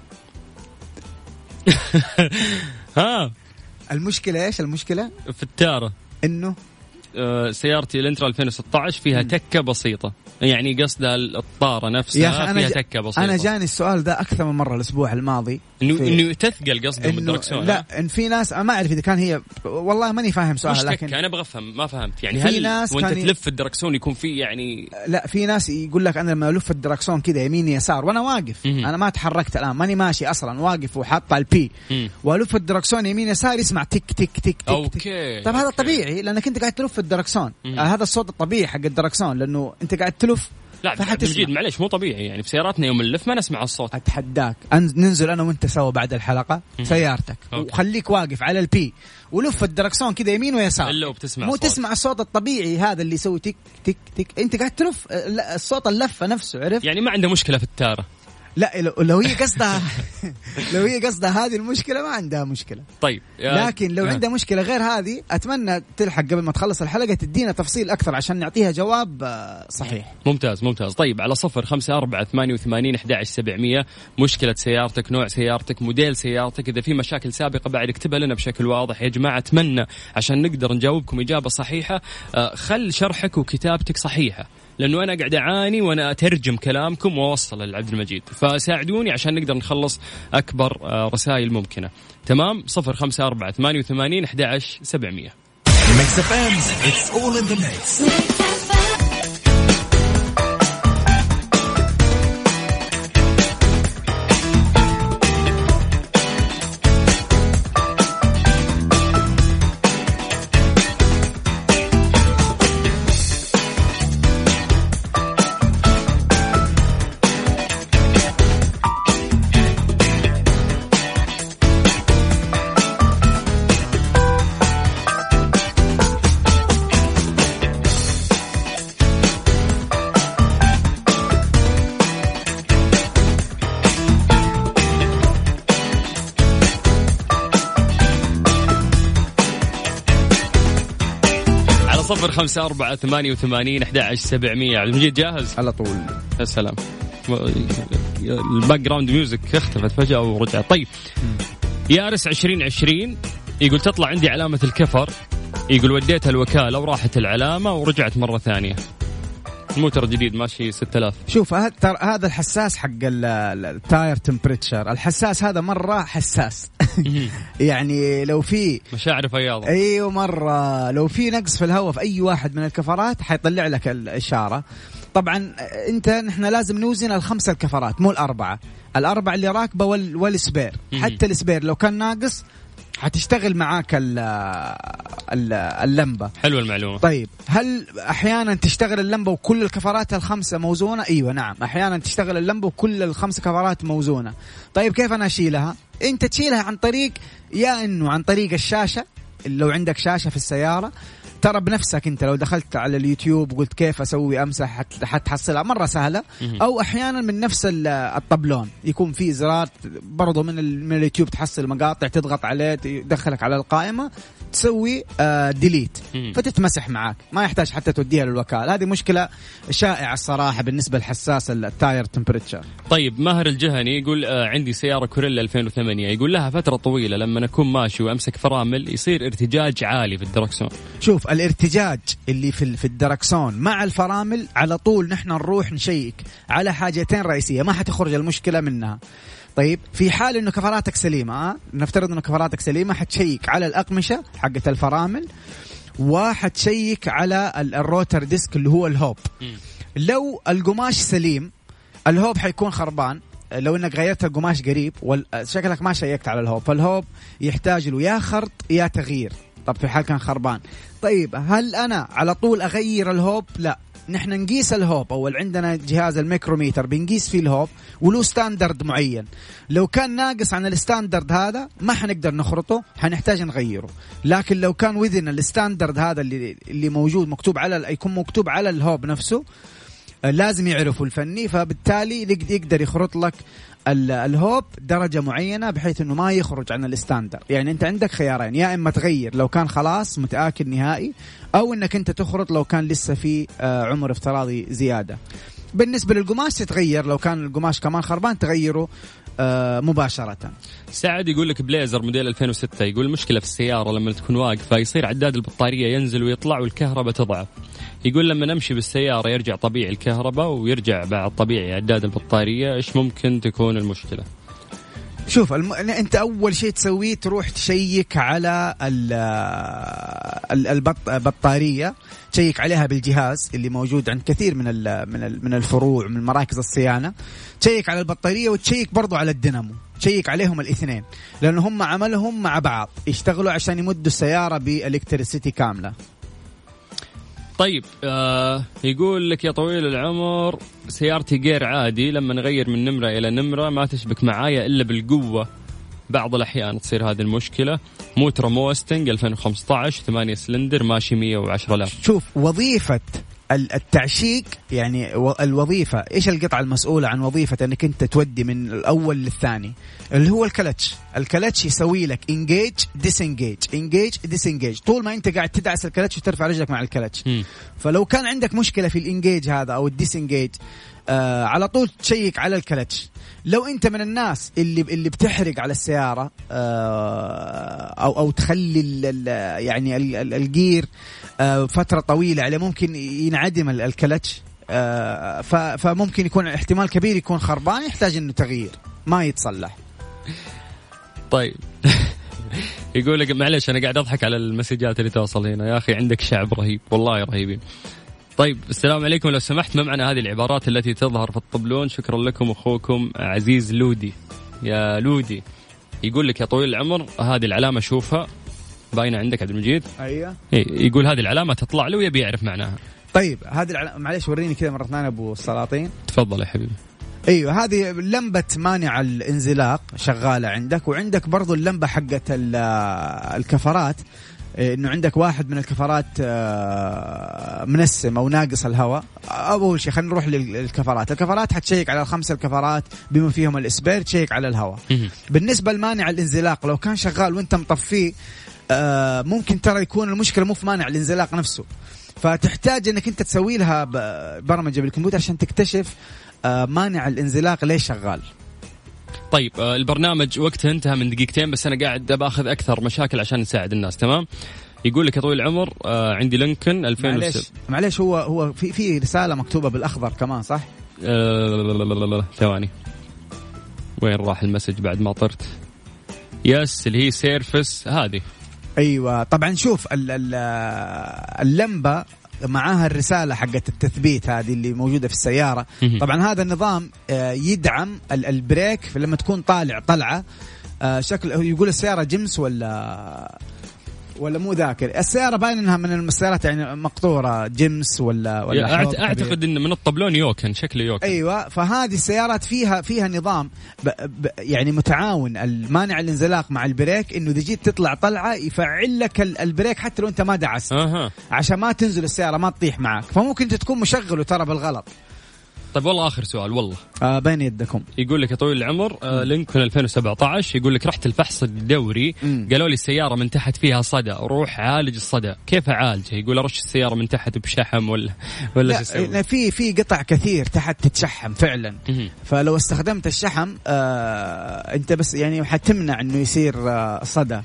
ها المشكلة إيش المشكلة؟ في التارة إنه آه سيارتي الانترا ألفين وستة عشر فيها م. تكة بسيطة، يعني قصدها الطارة نفسها فيها تكة بسيطة. أنا جاني السؤال ده أكثر من مرة الأسبوع الماضي، إنه إنه تثقل قصدهم بالدركسون. لا إن في ناس ما أعرف إذا كان هي، والله ماني فاهم سؤالها، لكن أنا أبغى أفهم ما فهمت يعني هل ناس وأنت تلف الدركسون يكون في يعني لا في ناس يقول لك أنا لما ألف الدركسون كذا يمين يسار وأنا واقف م- أنا ما تحركت الآن، ماني ماشي أصلا، واقف وحاط على البي وألف الدركسون يمين يسار يسمع تك تك تك تك. أوكي. طب هذا طبيعي لأنك أنت قاعد تلف الدركسون، هذا الصوت الطبيعي حق الدركسون لأنه أنت قاعد تلف. لا بجد معليش مو طبيعي يعني في سياراتنا يوم نلف ما نسمع الصوت. أتحداك ننزل أنا وأنت سوا بعد الحلقة سيارتك أوكي. وخليك واقف على البي ولف الدركسون كذا يمين ويسار، إلا وبتسمع مو صوت. تسمع الصوت الطبيعي هذا اللي يسوي تك تك تك، أنت قاعد تلف الصوت اللفة نفسه، عرفت يعني ما عنده مشكلة في التارة. لا لو هي قصدها لو هي قصدها هذه المشكلة ما عندها مشكلة. طيب لكن لو عندها مشكلة غير هذه أتمنى تلحق قبل ما تخلص الحلقة تدينا تفصيل أكثر عشان نعطيها جواب صحيح. ممتاز ممتاز. طيب على صفر خمسة أربعة ثمانية وثمانين أحد عشر سبعمية مشكلة سيارتك، نوع سيارتك، موديل سيارتك، إذا في مشاكل سابقة بعد اكتبها لنا بشكل واضح يا جماعة. أتمنى عشان نقدر نجاوبكم إجابة صحيحة. خل شرحك وكتابتك صحيحة، لأنه أنا قاعد أعاني وأنا أترجم كلامكم وأوصل لعبد المجيد، فساعدوني عشان نقدر نخلص أكبر رسائل ممكنة. تمام. صفر خمسة أربعة ثمانية وثمانين أحد عشر سبعمية. صفر خمسة أربعة ثمانية وثمانين أحد عشر سبعمية. عبد المجيد جاهز؟ على طول. السلام. الباك جراوند ميوزك اختفت فجأة ورجعت. طيب يارس عشرين عشرين يقول تطلع عندي علامة الكفر، يقول وديتها الوكالة وراحت العلامة ورجعت مرة ثانية. موتر جديد ماشي ستة آلاف. شوف هذا الحساس حق التاير تمبريتشر، الحساس هذا مرة حساس. يعني لو في مشاعر فياضة، ايوه مرة لو في نقص في الهواء في اي واحد من الكفرات حيطلع لك الاشارة. طبعا انت نحن لازم نوزن الخمسة الكفرات مو الاربعة، الاربعة اللي راكبة والسبير. حتى السبير لو كان ناقص حتشتغل معاك اللمبة. حلوة المعلومة. طيب هل أحيانا تشتغل اللمبة وكل الكفرات الخمسة موزونة؟ أيوة نعم، أحيانا تشتغل اللمبة وكل الخمس كفرات موزونة. طيب كيف أنا أشيلها؟ أنت تشيلها عن طريق يا إنه عن طريق الشاشة، لو عندك شاشة في السيارة ترى بنفسك انت لو دخلت على اليوتيوب وقلت كيف اسوي امسح حتحصلها مره سهله. او احيانا من نفس الطبلون يكون في زرار برضو من من اليوتيوب تحصل مقاطع تضغط عليه يدخلك على القائمه تسوي آه ديليت فتتمسح معاك، ما يحتاج حتى توديها للوكاله. هذه مشكله شائعه الصراحه بالنسبه للحساس التاير تمبريتشر. طيب ماهر الجهني يقول آه عندي سياره كوريلا ألفين وثمانية، يقول لها فتره طويله لما اكون ماشي وامسك فرامل يصير ارتجاج عالي في الدركسون. شوف الارتجاج اللي في في الدركسون مع الفرامل على طول نحن نروح نشيك على حاجتين رئيسيه ما حتخرج المشكله منها. طيب في حال انه كفراتك سليمه، أه؟ نفترض انه كفراتك سليمه، حتشيك على الاقمشه حقه الفرامل وحتشيك على الروتر ديسك اللي هو الهوب. م. لو القماش سليم الهوب حيكون خربان. لو انك غيرت القماش قريب وشكلك ما شيكت على الهوب، فالهوب يحتاج له يا خرط يا تغيير. طب في حال كان خربان، طيب هل أنا على طول أغير الهوب؟ لا، نحن نقيس الهوب. أول عندنا جهاز الميكروميتر بنقيس فيه الهوب وله ستاندرد معين. لو كان ناقص عن الستاندرد هذا ما حنقدر نخرطه، حنحتاج نغيره. لكن لو كان وذن الستاندرد هذا اللي اللي موجود مكتوب على يكون مكتوب على الهوب نفسه لازم يعرفه الفني، فبالتالي يقدر يخرط لك الهوب درجة معينة بحيث انه ما يخرج عن الستاندر. يعني انت عندك خيارين، يا اما تغير لو كان خلاص متآكد نهائي، او انك انت تخرط لو كان لسه في عمر افتراضي زيادة. بالنسبة للقماش تتغير، لو كان القماش كمان خربان تغيره مباشرة. سعد يقول لك بليزر موديل ألفين وستة، يقول المشكلة في السيارة لما تكون واقفة يصير عداد البطارية ينزل ويطلع والكهرباء تضعف. يقول لما نمشي بالسيارة يرجع طبيعي الكهرباء ويرجع بعد طبيعي عداد البطارية. إيش ممكن تكون المشكلة؟ شوف الم... انت اول شيء تسويه تروح تشيك على البطاريه، تشيك عليها بالجهاز اللي موجود عند كثير من ال... من ال... من الفروع من مراكز الصيانه. تشيك على البطاريه وتشيك برضو على الدينامو، تشيك عليهم الاثنين لان هم عملهم مع بعض يشتغلوا عشان يمدوا السياره بالكتريسيتي كامله. طيب آه يقول لك يا طويل العمر سيارتي غير عادي لما نغير من نمرة إلى نمرة ما تشبك معايا إلا بالقوة، بعض الأحيان تصير هذه المشكلة. موتر موستنج ألفين وخمسة عشر ثمانية سلندر ماشي مية وعشرة آلاف. شوف وظيفة التعشيق يعني الوظيفة إيش القطعة المسؤولة عن وظيفة أنك أنت تودي من الأول للثاني اللي هو الكلتش. الكلتش يسوي لك انجيج ديسنجيج انجيج ديسنجيج طول ما أنت قاعد تدعس الكلتش وترفع رجلك مع الكلتش. م. فلو كان عندك مشكلة في الانجيج هذا أو الديسنجيج آه على طول تشيك على الكلتش. لو أنت من الناس اللي اللي بتحرق على السيارة آه أو أو تخلي ال ال يعني ال ال الجير آه فترة طويلة عليه ممكن ينعدم الكلتش آه فممكن يكون احتمال كبير يكون خربان يحتاج إنه تغيير ما يتصلح. طيب يقول لك معلش أنا قاعد أضحك على المسجات اللي توصل هنا، يا أخي عندك شعب رهيب والله رهيبين. طيب السلام عليكم، لو سمحت ما معنى هذه العبارات التي تظهر في الطبلون؟ شكرا لكم أخوكم عزيز لودي. يا لودي يقول لك يا طويل العمر هذه العلامة شوفها باينة عندك عبد المجيد. أيوة. يقول هذه العلامة تطلع له ويبي يعرف معناها. طيب هذه العلامة معلش وريني كذا مرة ثانية أبو السلاطين. تفضل يا حبيبي. ايوه هذه لمبة مانع الانزلاق شغالة عندك، وعندك برضو اللمبة حقت الكفرات انه عندك واحد من الكفرات منسم او ناقص الهواء. اول شيء خلينا نروح للكفرات. الكفرات حتشيك على الخمسه الكفرات بما فيهم الاسبير، تشيك على الهواء. بالنسبه لمانع الانزلاق لو كان شغال وانت مطفيه آه ممكن ترى يكون المشكلة مو في مانع الانزلاق نفسه، فتحتاج انك انت تسوي لها برمجة بالكمبيوتر عشان تكتشف آه مانع الانزلاق ليش شغال. طيب آه البرنامج وقته انتهى من دقيقتين، بس انا قاعد باخذ اكثر مشاكل عشان نساعد الناس. تمام. يقول لك يا طويل العمر آه عندي لينكن ألفين وسبعة. معليش معليش هو هو في في رسالة مكتوبة بالاخضر كمان صح؟ آه ثواني وين راح المسج بعد ما طرت؟ يس اللي هي سيرفس هذه. ايوه طبعا شوف اللمبه معاها الرساله حقت التثبيت هذه اللي موجوده في السياره. طبعا هذا النظام يدعم البريك لما تكون طالع طلعه شكل يقول السياره جيمس ولا ولا مو ذاكر. السيارة باين انها من السيارات يعني مقطورة جيمس ولا ولا أعت... اعتقد ان من الطبلون يوكن شكله يوكن. ايوه فهذه السيارات فيها فيها نظام ب... ب... يعني متعاون المانع الانزلاق مع البريك، انه اذا جيت تطلع طلعة يفعل لك البريك حتى لو انت ما دعست أه. عشان ما تنزل السيارة ما تطيح معك، فممكن تكون مشغل وترى بالغلط. طيب والله آخر سؤال والله آه بين يدكم. يقول لك يا طويل العمر آه لينكن ألفين وسبعة عشر. يقول لك رحت الفحص الدوري م. قالوا لي السيارة من تحت فيها صدى، روح عالج الصدى. كيف أعالجه؟ يقول أرش السيارة من تحت بشحم ولا ولا شو أسوي؟ في في قطع كثير تحت تتشحم فعلا م. فلو استخدمت الشحم آه أنت بس يعني حتمنع إنه يصير آه صدى.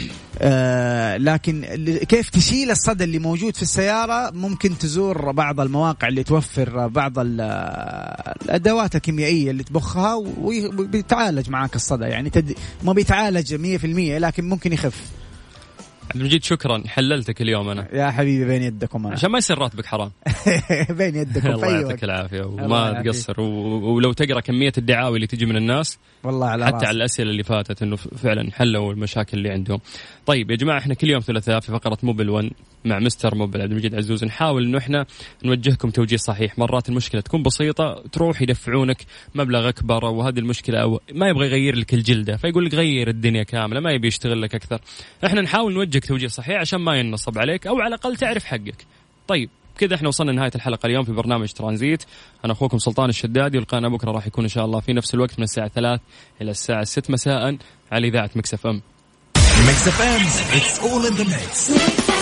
آه لكن كيف تشيل الصدى اللي موجود في السيارة؟ ممكن تزور بعض المواقع اللي توفر بعض الأدوات الكيميائية اللي تبخها وبيتعالج معاك الصدى. يعني تد... ما بيتعالج مية في المية لكن ممكن يخف. عبد المجيد شكرا، حللتك اليوم أنا يا حبيبي بين يدكم أنا. عشان ما يصير راتبك حرام. بين يدكم. الله يعطيك العافية وما تقصر. ولو تقرأ كمية الدعاوي اللي تجي من الناس والله على حتى راسي. على الأسئلة اللي فاتت إنه فعلا حلوا المشاكل اللي عندهم. طيب يا جماعة إحنا كل يوم ثلاثاء في فقرة موبل ون مع مستر موبل عبد المجيد عزوز نحاول إنه إحنا نوجهكم توجيه صحيح. مرات المشكلة تكون بسيطة تروح يدفعونك مبلغ أكبر وهذه المشكلة أو ما يبغى يغير لك الجلدة فيقول لك غير الدنيا كاملة، ما يبي يشتغل لك أكثر. إحنا نحاول نوجهك توجيه صحيح عشان ما ينصب عليك أو على الأقل تعرف حقك. طيب كذا احنا وصلنا لنهاية الحلقة اليوم في برنامج ترانزيت. أنا أخوكم سلطان الشدادي ولقانا بكرة راح يكون إن شاء الله في نفس الوقت من الساعة ثلاث إلى الساعة ست مساء على إذاعة مكس اف ام. مكس اف ام it's all in the mix.